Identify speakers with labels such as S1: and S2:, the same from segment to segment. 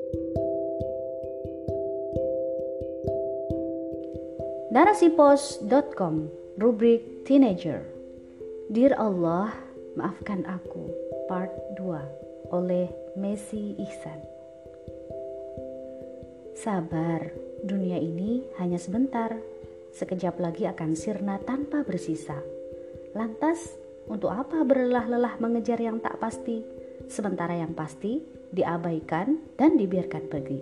S1: Narasipos.com, rubrik Teenager. Dear Allah, maafkan aku, part 2, oleh Messi Ihsan. Sabar, dunia ini hanya sebentar. Sekejap lagi akan sirna tanpa bersisa. Lantas, untuk apa berlelah-lelah mengejar yang tak pasti, sementara yang pasti diabaikan dan dibiarkan pergi?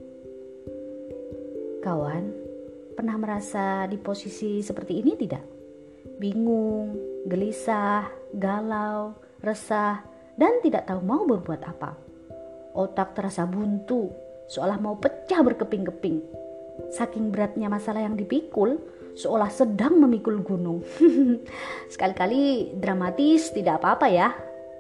S1: Kawan, pernah merasa di posisi seperti ini tidak? Bingung, gelisah, galau, resah, dan tidak tahu mau berbuat apa. Otak terasa buntu, seolah mau pecah berkeping-keping. Saking beratnya masalah yang dipikul, seolah sedang memikul gunung. Sekali-kali dramatis tidak apa-apa ya.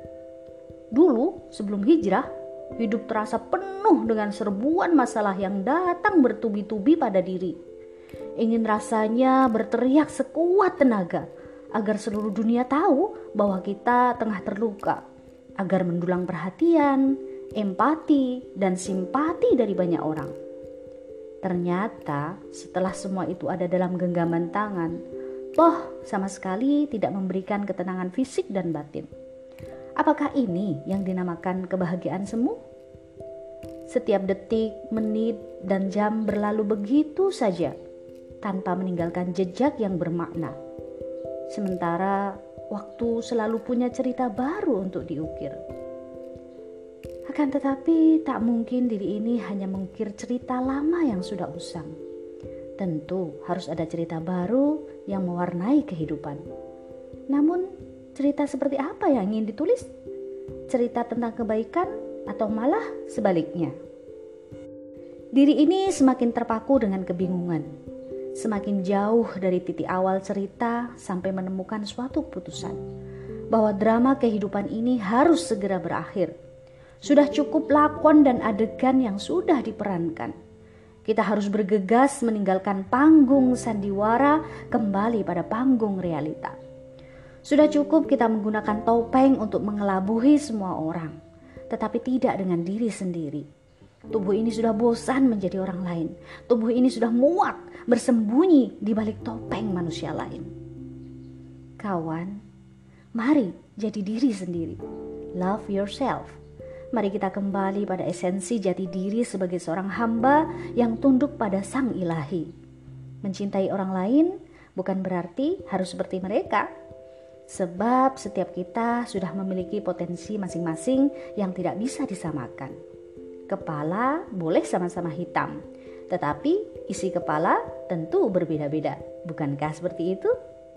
S1: Dulu, sebelum hijrah, hidup terasa penuh dengan serbuan masalah yang datang bertubi-tubi pada diri. Ingin rasanya berteriak sekuat tenaga agar seluruh dunia tahu bahwa kita tengah terluka, agar mendulang perhatian, empati, dan simpati dari banyak orang. Ternyata setelah semua itu ada dalam genggaman tangan, toh sama sekali tidak memberikan ketenangan fisik dan batin. Apakah ini yang dinamakan kebahagiaan semu? Setiap detik, menit, dan jam berlalu begitu saja, tanpa meninggalkan jejak yang bermakna. Sementara waktu selalu punya cerita baru untuk diukir. Akan tetapi tak mungkin diri ini hanya mengukir cerita lama yang sudah usang. Tentu harus ada cerita baru yang mewarnai kehidupan. Namun cerita seperti apa yang ingin ditulis? Cerita tentang kebaikan atau malah sebaliknya? Diri ini semakin terpaku dengan kebingungan. Semakin jauh dari titik awal cerita sampai menemukan suatu keputusan bahwa drama kehidupan ini harus segera berakhir. Sudah cukup lakon dan adegan yang sudah diperankan. Kita harus bergegas meninggalkan panggung sandiwara kembali pada panggung realita. Sudah cukup kita menggunakan topeng untuk mengelabuhi semua orang, tetapi tidak dengan diri sendiri. Tubuh ini sudah bosan menjadi orang lain. Tubuh ini sudah muak bersembunyi di balik topeng manusia lain. Kawan, mari jadi diri sendiri. Love yourself. Mari kita kembali pada esensi jati diri sebagai seorang hamba yang tunduk pada Sang Ilahi. Mencintai orang lain bukan berarti harus seperti mereka. Sebab setiap kita sudah memiliki potensi masing-masing yang tidak bisa disamakan. Kepala boleh sama-sama hitam, tetapi isi kepala tentu berbeda-beda. Bukankah seperti itu?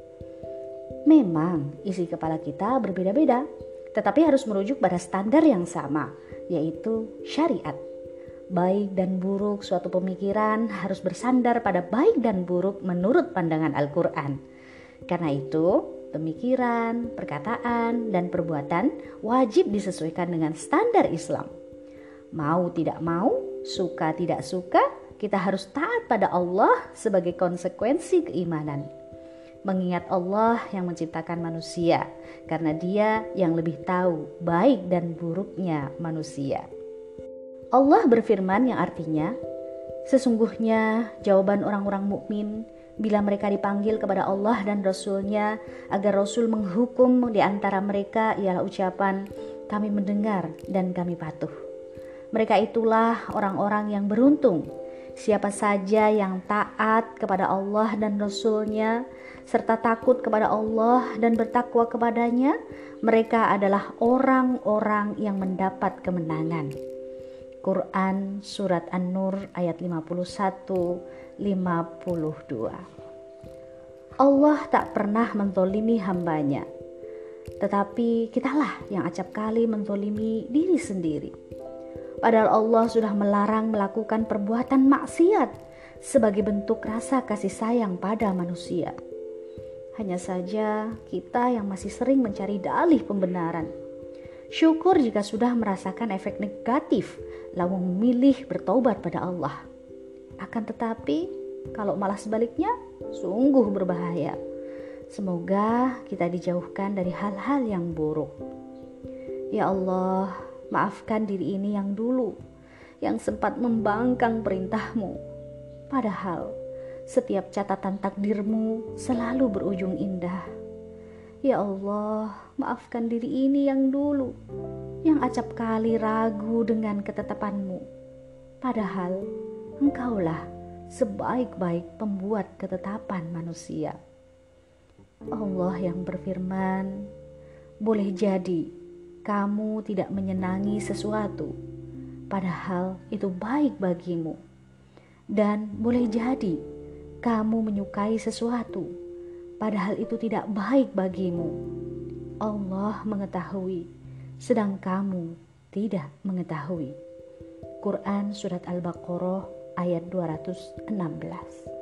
S1: Memang isi kepala kita berbeda-beda, tetapi harus merujuk pada standar yang sama, yaitu syariat. Baik dan buruk suatu pemikiran harus bersandar pada baik dan buruk menurut pandangan Al-Quran. Karena itu, pemikiran, perkataan, dan perbuatan wajib disesuaikan dengan standar Islam. Mau tidak mau, suka tidak suka, kita harus taat pada Allah sebagai konsekuensi keimanan. Mengingat Allah yang menciptakan manusia, karena Dia yang lebih tahu baik dan buruknya manusia. Allah berfirman yang artinya, sesungguhnya jawaban orang-orang mukmin bila mereka dipanggil kepada Allah dan Rasul-Nya agar Rasul menghukum di antara mereka ialah ucapan, kami mendengar dan kami patuh. Mereka itulah orang-orang yang beruntung. Siapa saja yang taat kepada Allah dan Rasul-Nya serta takut kepada Allah dan bertakwa kepadanya, mereka adalah orang-orang yang mendapat kemenangan. Quran Surat An-Nur ayat 51-52. Allah tak pernah mentolimi hambanya, tetapi kitalah yang acap kali mentolimi diri sendiri. Padahal Allah sudah melarang melakukan perbuatan maksiat sebagai bentuk rasa kasih sayang pada manusia. Hanya saja kita yang masih sering mencari dalih pembenaran. Syukur jika sudah merasakan efek negatif lalu memilih bertaubat pada Allah. Akan tetapi kalau malah sebaliknya sungguh berbahaya. Semoga kita dijauhkan dari hal-hal yang buruk. Ya Allah, maafkan diri ini yang dulu, yang sempat membangkang perintah-Mu. Padahal setiap catatan takdir-Mu selalu berujung indah. Ya Allah, maafkan diri ini yang dulu, yang acap kali ragu dengan ketetapan-Mu. Padahal Engkaulah sebaik-baik pembuat ketetapan manusia. Allah yang berfirman, boleh jadi kamu tidak menyenangi sesuatu, padahal itu baik bagimu. Dan boleh jadi kamu menyukai sesuatu, padahal itu tidak baik bagimu. Allah mengetahui, sedang kamu tidak mengetahui. Quran Surat Al-Baqarah ayat 216.